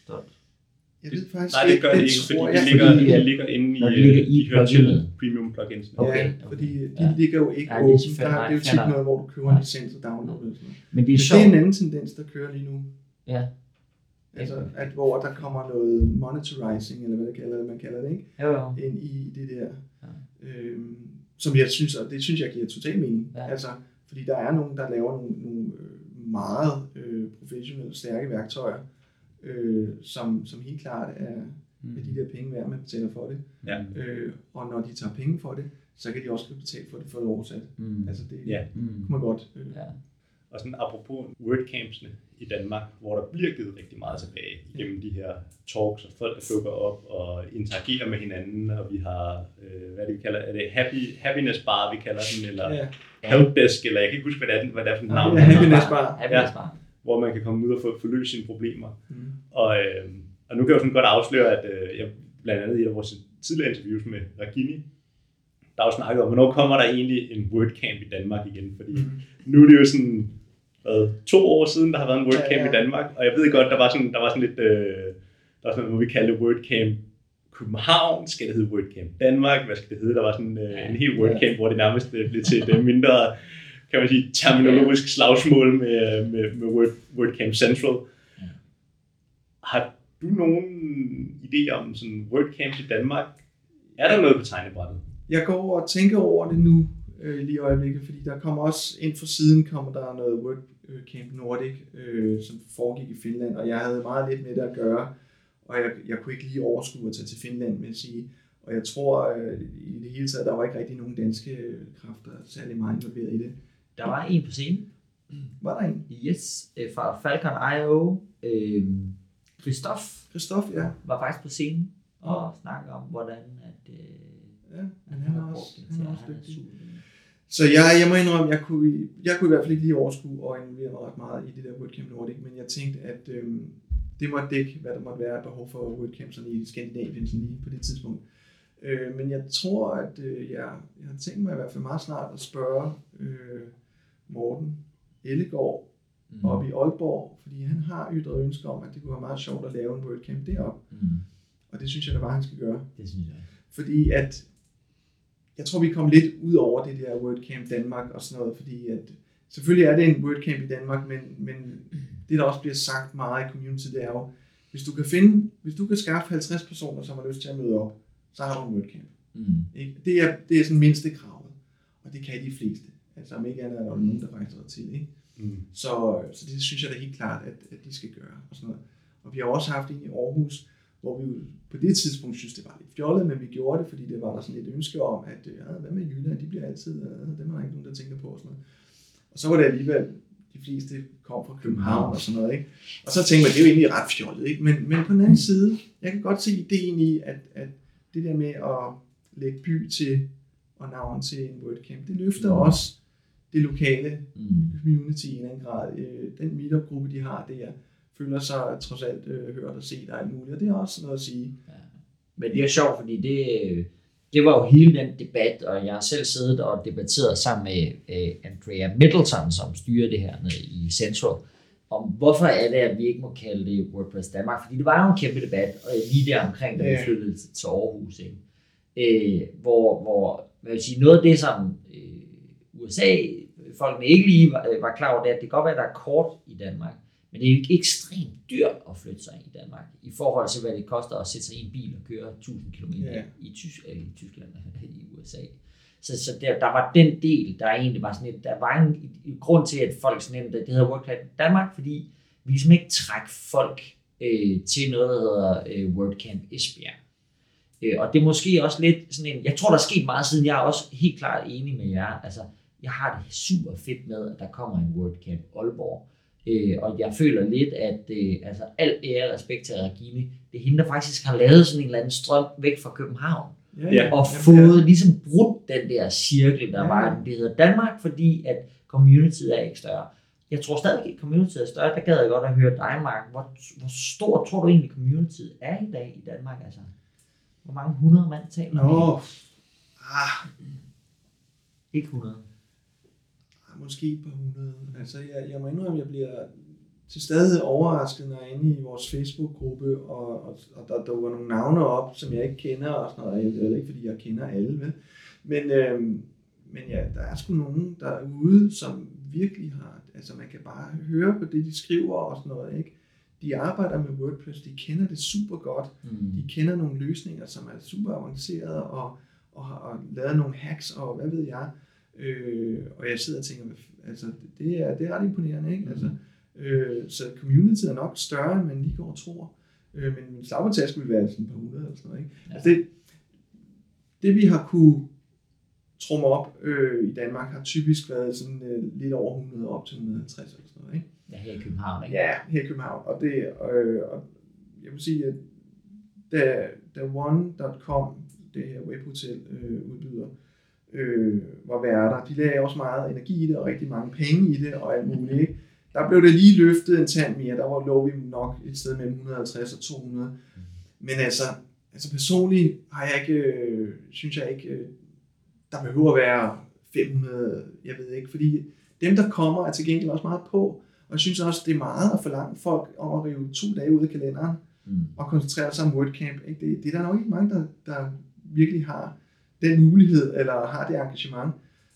Jeg ved faktisk Nej, det gør det ikke, tror fordi de jeg. ligger, Fordi, de at- ligger inde i, når de ligger øh, i de hører til pluginet. premium plugins. Okay, Ja, okay. fordi de Ja. ligger jo ikke Nej, det er åbent. selvfølgelig- Der, det er jo nej, tit fair noget, hvor du køber en licens og downloader og sådan noget. Men det Men er det er en sjovt. anden tendens, der kører lige nu. Ja. Altså, at hvor der kommer noget monitorizing, eller hvad det kalder, man kalder det, ikke? Jo, jo. Ind i det der. Ja. Øhm, som jeg synes, og det synes jeg giver total mening. Ja. Altså, fordi der er nogen, der laver nogle, nogle øh, meget øh, professionelle, stærke værktøjer, øh, som, som helt klart er med de der penge værd, man betaler for det. Ja. Øh, og når de tager penge for det, så kan de også betale for det for det oversat. Mm. Altså det Ja. Mm. kunne man godt. Øh. Ja. Og sådan apropos WordCampsene i Danmark, hvor der bliver givet rigtig meget tilbage igennem de her talks, og folk der dukker op og interagerer med hinanden, og vi har, øh, hvad det vi kalder, er det happy, happiness bar, vi kalder den, eller Ja. helpdesk, eller jeg kan ikke huske, hvad det er, hvad det er for et Ja, navn, ja, happiness bar. Happiness bar. hvor man kan komme ud og få, få løst sine problemer. Mm. Og, øh, og nu kan jeg jo sådan godt afsløre, at øh, jeg, blandt andet i et af vores tidligere interviews med Ragini, der er jo snakket om, hvornår kommer der egentlig en WordCamp i Danmark igen, fordi mm. nu er det jo sådan hvad, to år siden, der har været en WordCamp ja, ja. i Danmark, og jeg ved godt, der var sådan, der var sådan lidt, øh, der var sådan noget, vi kaldte WordCamp København, skal det hedde WordCamp Danmark, hvad skal det hedde, der var sådan øh, en hel WordCamp, ja. hvor det nærmest øh, blev til et mindre, kan man sige, terminologisk slagsmål med, med, med Word, WordCamp Central. Ja. Har du nogen idé om sådan WordCamp i Danmark? Er der noget på tegnebrættet? Jeg går og tænker over det nu, øh, lige i øjeblikket, fordi der kommer også, ind for siden kommer der noget WordCamp Nordic, øh, som foregik i Finland, og jeg havde meget lidt med det at gøre, og jeg, jeg kunne ikke lige overskue at tage til Finland, vil jeg sige. Og jeg tror øh, i det hele taget, der var ikke rigtig nogen danske kræfter særlig meget involveret i det. Der var en på scenen. Var der en? Yes, fra Falcon I O. Øh, Christoph. Christoph, ja. Var faktisk på scenen og snakkede om, hvordan at... Øh, ja, men han er også, han er også dygtig. Så jeg, jeg må indrømme, jeg kunne, jeg kunne i hvert fald ikke lige overskue og involvere mig ret meget i det der WordCamp Nordic, men jeg tænkte, at øh, det måtte dække, hvad der måtte være behov for WordCamp i Skandinavien sådan lige på det tidspunkt. Øh, men jeg tror, at øh, jeg, jeg har tænkt mig i hvert fald meget snart at spørge øh, Morten Ellegaard mm. oppe i Aalborg, fordi han har ytret ønsker om, at det kunne være meget sjovt at lave en WordCamp deroppe. Mm. Og det synes jeg da bare, han skal gøre. Det synes jeg. Fordi at, jeg tror, vi kom lidt ud over det der WordCamp Danmark og sådan noget, fordi at, selvfølgelig er det en WordCamp i Danmark, men, men det der også bliver sagt meget i community, det er jo, hvis du kan finde, hvis du kan skaffe halvtreds personer, som har lyst til at møde op, så har du en WordCamp. Mm. Ikke? Det er, det er sådan mindste kravet, og det kan de fleste. Altså om ikke andet er der nogen, der rejser til, ikke? Mm. Så, så det synes jeg da helt klart, at, at de skal gøre. Og, sådan noget. Og vi har også haft en i Aarhus, hvor vi på det tidspunkt synes, det var lidt fjollet, men vi gjorde det, fordi det var der sådan et ønske om, at ja, hvad med Jylland, de bliver altid, ja, dem er der ikke nogen, der tænker på. Og, sådan noget. Og så var det alligevel, de fleste kom fra København og sådan noget, ikke? Og så tænkte man, det er jo egentlig ret fjollet, ikke? Men, men på den anden side, jeg kan godt se ideen i, at, at det der med at lægge by til og navn til en WordCamp, det løfter mm. også det lokale mm. community i en eller anden grad. Den meetup-gruppe, de har der, føler sig trods alt øh, hørt og set og alt muligt, og det er også noget at sige. Ja. Men det er sjovt, fordi det, det var jo hele den debat, og jeg har selv siddet og debatteret sammen med øh, Andrea Middleton, som styrer det her nede i Central, om hvorfor er det, at vi ikke må kalde det WordPress Danmark, fordi det var jo en kæmpe debat, og lige der omkring, da vi flyttede til Aarhus, ikke? Øh, hvor, hvor man vil sige, noget af det, som øh, U S A-folkene ikke lige var, var klar over, det er, at det kan godt være, at der er kort i Danmark, men det er jo ikke ekstremt dyrt at flytte sig i Danmark, i forhold til, hvad det koster at sætte sig i en bil og køre tusind kilometer yeah. i, Tysk, øh, i Tyskland i U S A. Så, så der, der var den del, der egentlig var sådan et, der var en, en grund til, at folk sådan det hedder WordCamp Danmark, fordi vi ligesom ikke trækker folk øh, til noget, der hedder øh, WordCamp Esbjerg. Øh, og det er måske også lidt sådan en, jeg tror, der er sket meget siden, jeg er også helt klart enig med jer. Altså, jeg har det super fedt med, at der kommer en WordCamp Aalborg. Øh, og jeg føler lidt, at øh, altså, al ære og respekt til Regine, det er hende, der faktisk har lavet sådan en eller anden strøm væk fra København. Ja, ja. Og fået ja. ligesom brudt den der cirkel, der ja. var, det hedder Danmark, fordi at communityet er ikke større. Jeg tror stadig ikke, at communityet er større. Der gad jeg godt at høre dig, Mark. Hvor, hvor stort tror du egentlig, communityet er i dag i Danmark? Altså, hvor mange hundrede mand taler Nå, ah. Ikke hundrede. Måske et par hundrede. Altså, jeg, jeg må indrømme, at jeg bliver til stadighed overrasket, når jeg er inde i vores Facebook-gruppe, og, og, og der dukker nogle navne op, som jeg ikke kender, og sådan noget. Det er ikke, fordi jeg kender alle, vel? Men, øhm, men ja, der er sgu nogen derude, som virkelig har, altså man kan bare høre på det, de skriver og sådan noget, ikke? De arbejder med WordPress, de kender det super godt, mm. de kender nogle løsninger, som er super avancerede, og, og har og lavet nogle hacks, og hvad ved jeg. Øh, og jeg sidder og tænker, altså det er, det er ret imponerende, ikke? Mm. Altså, øh, så communityet er nok større, end man lige går og tror. Øh, men min slagpartage skulle være sådan et par hundrede eller sådan noget, ikke? Ja. Altså det, det vi har kunne trumme op øh, i Danmark, har typisk været sådan øh, lidt over hundrede op til et hundrede og halvtreds eller sådan noget, ikke? Ja, her i København, ikke? Ja, her i København. Og det, øh, og jeg vil sige, at da, da one punktum com, det her webhotel øh, udbyder, øh, var værter, de lagde også meget energi i det, og rigtig mange penge i det, og alt muligt, ikke? Der blev det lige løftet en tand mere, der var lå vi nok et sted mellem et hundrede og halvtreds og to hundrede. Men altså, altså personligt har jeg ikke, øh, synes jeg ikke, øh, der behøver at være fem hundrede, jeg ved ikke, fordi dem, der kommer, er til gengæld også meget på, og jeg synes også, det er meget at forlange folk om at rive to dage ud af kalenderen, mm. og koncentrere sig om WordCamp. Ikke? Det, det er der nok ikke mange, der, der virkelig har den mulighed, eller har det engagement.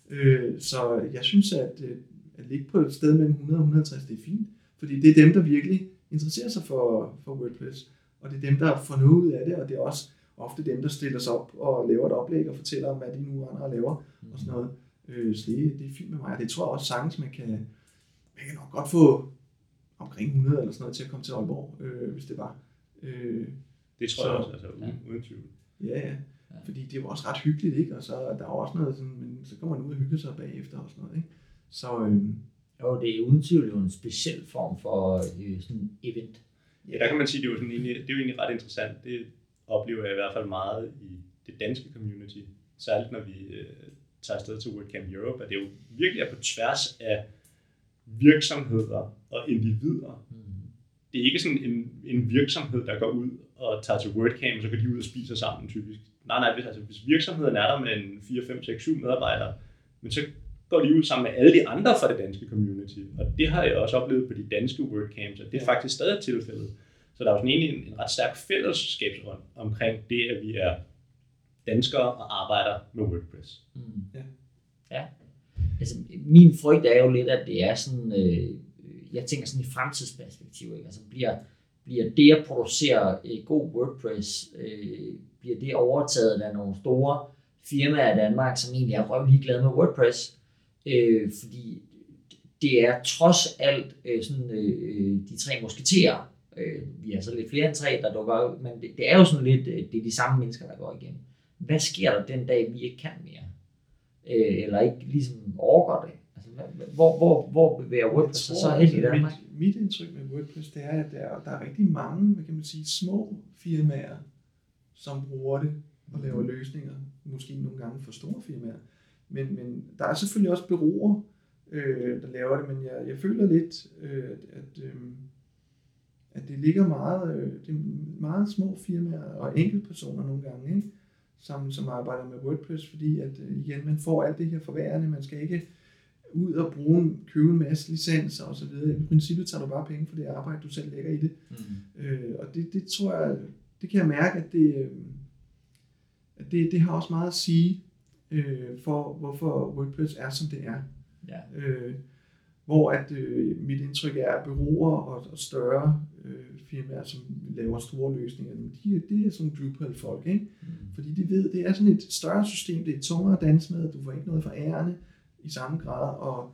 Øh, så jeg synes, at, at ligge på et sted mellem hundrede og hundrede og halvtreds, det er fint, fordi det er dem, der virkelig interesserer sig for, for WordPress, og det er dem, der får noget ud af det, og det er også ofte dem, der stiller sig op og laver et oplæg og fortæller om, hvad de nu render og laver, mm. og sådan noget. Øh, så det, det er fint med mig, og det tror jeg også sagtens, man kan, man kan nok godt få omkring hundrede eller sådan noget til at komme til Aalborg, øh, hvis det var. Øh, det tror så, jeg også, altså uden, ja. uden tvivl. Ja, ja, fordi det var også ret hyggeligt, ikke? Og så der er også noget sådan, men så kommer man ud og hygge sig bagefter og sådan noget, ikke? Så øh, jo, det er uden tvivl en speciel form for øh, sådan event. Ja, der kan man sige, det er jo, sådan egentlig, det er jo egentlig ret interessant. Det oplever jeg i hvert fald meget i det danske community. Særligt når vi øh, tager afsted til WordCamp Europe, at det jo virkelig er på tværs af virksomheder og individer. Mm. Det er ikke sådan en, en virksomhed, der går ud og tager til WordCamp, og så går de ud og spiser sammen typisk. Nej, nej, hvis, altså, hvis virksomheden er der med en fire, fem, seks, syv medarbejdere, men så går de ud sammen med alle de andre fra det danske community. Og det har jeg også oplevet på de danske WordCamps, og det er faktisk stadig tilfældet. Så der er jo sådan egentlig en, en ret stærk fællesskabsånd omkring det, at vi er danskere og arbejder med WordPress. Mm. Ja. Ja. Altså, min frygt er jo lidt, at det er sådan, øh, jeg tænker sådan i fremtidsperspektiv, ikke? Altså bliver, bliver det at producere øh, god WordPress, øh, bliver det overtaget af nogle store firmaer i Danmark, som egentlig er røvlig glade med WordPress, øh, fordi det er trods alt øh, sådan, øh, de tre musketerer. Øh, vi er så lidt flere end tre, der dukker op, men det, det er jo sådan lidt, øh, det er de samme mennesker, der går igennem. Hvad sker der den dag, vi ikke kan mere? Øh, eller ikke ligesom overgår det? Altså, hvor, hvor, hvor bevæger WordPress sig så hen i Danmark? Mit, mit indtryk med WordPress, det er, at der, der er rigtig mange, hvad kan man sige, små firmaer, som bruger det og laver løsninger. Måske nogle gange for store firmaer. Men, men der er selvfølgelig også bureauer, øh, der laver det, men jeg, jeg føler lidt, øh, at, øh, at det ligger meget, øh, det er meget små firmaer og enkeltpersoner nogle gange, ikke? Som, som arbejder med WordPress, fordi at øh, igen, man får alt det her forværende, man skal ikke ud og bruge, købe en masse licenser og så videre. I princippet tager du bare penge for det arbejde, du selv lægger i det. Mm. Øh, og det, det tror jeg, det kan jeg mærke, at det, øh, at det, det har også meget at sige øh, for, hvorfor WordPress er, som det er. Ja. Øh, hvor at øh, mit indtryk er, at bureauer og, og større øh, firmaer, som laver store løsninger, de, det er sådan Drupal-folk, ikke? Mm. Fordi de ved, det er sådan et større system, det er tungere at danse med, du får ikke noget for ærende i samme grad, og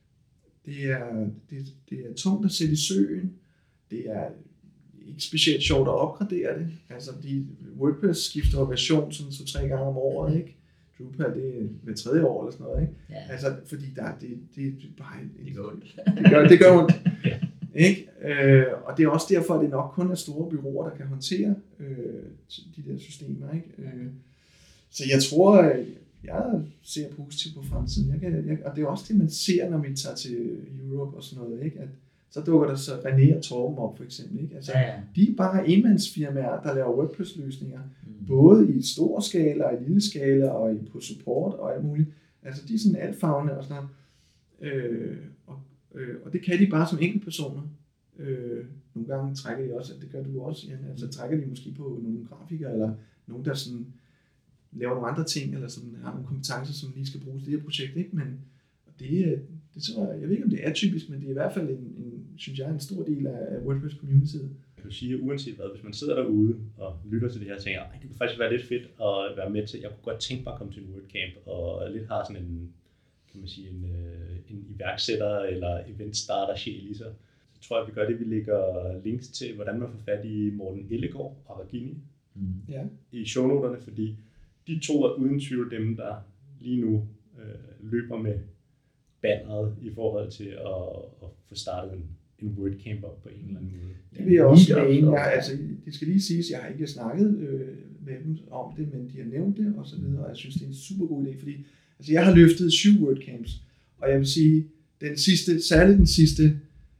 det er, det, det er tungt at sætte i søen, det er ikke specielt sjovt at opgradere det, altså de, WordPress skifter version sådan så tre gange om året, ikke? Drupal, det er hver tredje år eller sådan noget, ikke? Ja. Altså, fordi der, det, det, det, bare, det gør ondt. Det gør, det gør ondt. Ikke? Øh, og det er også derfor, at det nok kun er store bureauer, der kan håndtere øh, de der systemer, ikke? Øh, så jeg tror, at jeg ser positivt på fremtiden. Jeg kan, jeg, og det er også det, man ser, når vi tager til Europe og sådan noget, ikke? At så dukker der så René og Torben op, for eksempel, ikke? Altså, ja, ja. De er bare enmandsfirmaer, der laver WordPress-løsninger, mm. både i stor skala og i lille skala og i, på support og alt muligt. Altså, de er sådan altfavne og sådan noget. Øh, og, øh, og det kan de bare som enkeltpersoner. Øh, nogle gange trækker de også, det gør du også, Jan, altså trækker de måske på nogle grafikere, eller nogen, der sådan laver nogle andre ting, eller sådan har nogle kompetencer, som lige skal bruges i det her projekt, ikke? Men det, det tror jeg, jeg ved ikke, om det er typisk, men det er i hvert fald en, en synes jeg, en stor del af WordPress-communityet. Jeg kan sige, uanset hvad, hvis man sidder derude og lytter til det her og tænker, det kunne faktisk være lidt fedt at være med til, jeg kunne godt tænke mig at komme til en WordCamp, og lidt har sådan en, kan man sige, en, en iværksætter eller event starter sjæl i sig. Så tror jeg, vi gør det, vi lægger links til, hvordan man får fat i Morten Ellegaard og Regini mm. ja. i shownoterne, fordi de to er uden tvivl dem, der lige nu øh, løber med banneret i forhold til at, at få startet en, en WordCamp op på en eller anden måde. Det vil jeg også mene. Jeg, altså, det skal lige siges, jeg har ikke snakket øh, med dem om det, men de har nævnt det og så videre, og jeg synes, det er en super god idé, fordi altså, jeg har løftet syv WordCamps, og jeg vil sige, den sidste, særligt den sidste,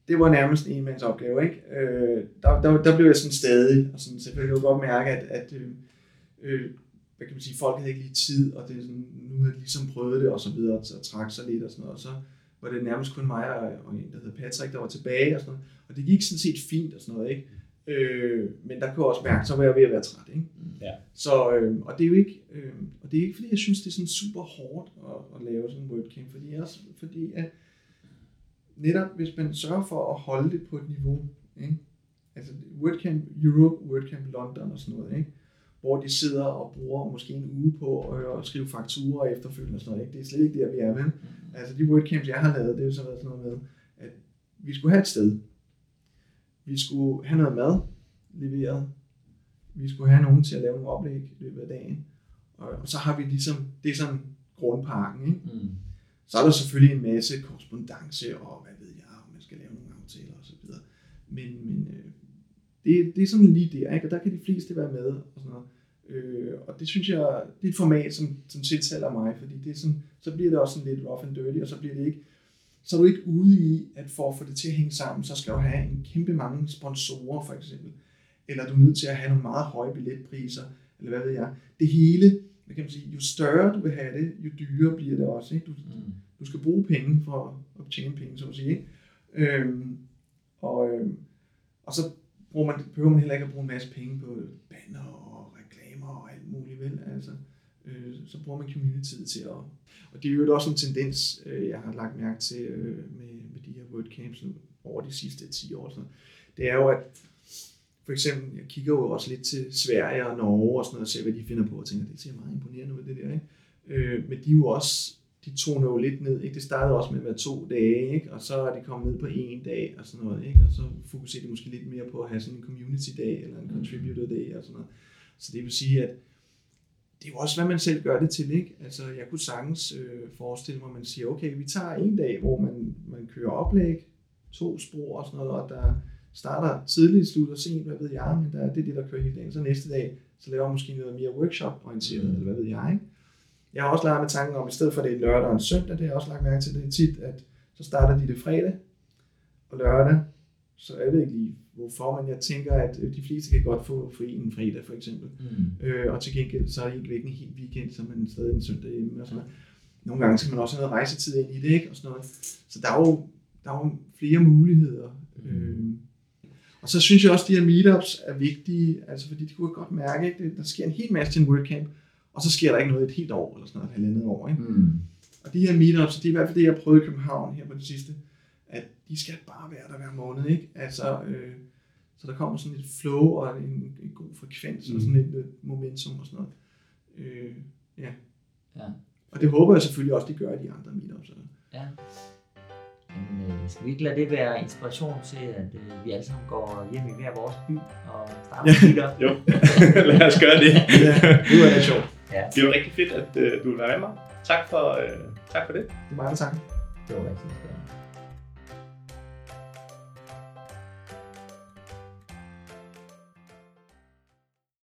det var nærmest en mands opgave, ikke? Øh, der, der, der blev jeg sådan stadig, og sådan, selvfølgelig kunne jeg godt mærke, at, at øh, hvad kan man sige, folk havde ikke lige tid, og det er sådan, nu havde de ligesom prøvet det, og så videre, og trak sig lidt og sådan noget, og så var det nærmest kun mig og, og en, der hed Patrick, der var tilbage og sådan noget, og det gik sådan set fint og sådan noget, ikke? Øh, men der kunne også mærke, så var jeg ved at være træt, ikke? Ja. Så, øh, og det er jo ikke, øh, og det er ikke fordi, jeg synes, det er sådan super hårdt at, at lave sådan en WordCamp, fordi, også, fordi at netop hvis man sørger for at holde det på et niveau, ikke? Altså WordCamp Europe, WordCamp London og sådan noget, ikke? Hvor de sidder og bruger måske en uge på at skrive fakturer efterfølgende og sådan noget, ikke? Det er slet ikke der, vi er med. Altså de WordCamps, jeg har lavet, det er jo så været sådan noget med, at vi skulle have et sted. Vi skulle have noget mad leveret. Vi skulle have nogen til at lave nogle oplæg i løbet af dagen. Og så har vi ligesom, det er sådan grundpakken, ikke? Mm. Så er der selvfølgelig en masse korrespondance og hvad ved jeg, om man skal lave nogle aftaler og så videre. Men, men øh, det, det er sådan lige der, ikke? Og der kan de fleste være med og sådan noget. Øh, og det synes jeg, det er et format, som, som tiltaler mig, fordi det er sådan, så bliver det også sådan lidt rough and dirty, og så bliver det ikke, så er du ikke ude i, at for at få det til at hænge sammen, så skal du have en kæmpe mange sponsorer for eksempel, eller du er nødt til at have nogle meget høje billetpriser, eller hvad ved jeg. Det hele, hvad kan man sige, jo større du vil have det, jo dyrere bliver det også, ikke? Du, mm. du skal bruge penge for at tjene penge, så at sige, ikke? Øhm, og, øhm, og så bruger man, behøver man heller ikke at bruge en masse penge på banner og reklamer og alt muligt, vel? Altså, øh, så bruger man communityet til at... Og det er jo også en tendens, øh, jeg har lagt mærke til øh, med, med de her WordCamps over de sidste ti år. Så det er jo, at for eksempel, jeg kigger jo også lidt til Sverige og Norge og sådan noget, og ser, hvad de finder på, og tænker, det ser meget imponerende ud, det der, ikke? Øh, men de er jo også, de toner jo lidt ned, ikke? Det startede også med at være to dage, ikke? Og så er de kommet ned på en dag og sådan noget, ikke? Og så fokuserer de måske lidt mere på at have sådan en community dag eller en contributor day og sådan noget. Så det vil sige, at det er jo også, hvad man selv gør det til, ikke? Altså, jeg kunne sagtens øh, forestille mig, at man siger, okay, vi tager en dag, hvor man, man kører oplæg, to spor og sådan noget, og der starter tidligt, slutter sent, hvad ved jeg, men der, det er det, der kører hele dagen. Så næste dag, så laver jeg måske noget mere workshop-orienteret, mm. eller hvad ved jeg, ikke? Jeg har også lagt med tanken om, i stedet for det er lørdag og en søndag, det har jeg også lagt mærke til det tit, at så starter de det fredag og lørdag, så jeg ved ikke lige hvorfor, men jeg tænker, at de fleste kan godt få fri en fredag for eksempel, mm. øh, og til gengæld så er det ikke væk en hel weekend, så man stadig en søndag hjemme og sådan noget. Nogle gange skal man også have noget rejsetid ind i det, ikke? Og sådan noget. Så der er jo, der er jo flere muligheder. Mm. Øh, og så synes jeg også, at de her meetups er vigtige, altså fordi de kunne godt mærke, at der sker en hel masse til en WordCamp, og så sker der ikke noget et helt år, eller sådan noget, et halvandet år, ikke? Mm. Og de her meetups, det er i hvert fald det, jeg har prøvet i København her på det sidste, at de skal bare være der hver måned, ikke? Altså, øh, så der kommer sådan et flow og en, en god frekvens, mm. og sådan et, et momentum og sådan noget. Øh, ja. ja. Og det håber jeg selvfølgelig også, de gør i de andre meetups. Ja. Men øh, skal vi ikke lade det være inspiration til, at øh, vi alle sammen går hjem i hver vores by og starter ja. med meetup? Jo, lad os gøre det. Ja, det var lidt sjovt. Ja. Det var rigtig fedt, at øh, du ville være med mig. Tak for, øh, tak for det. Det var meget tak. Det var rigtig spændende.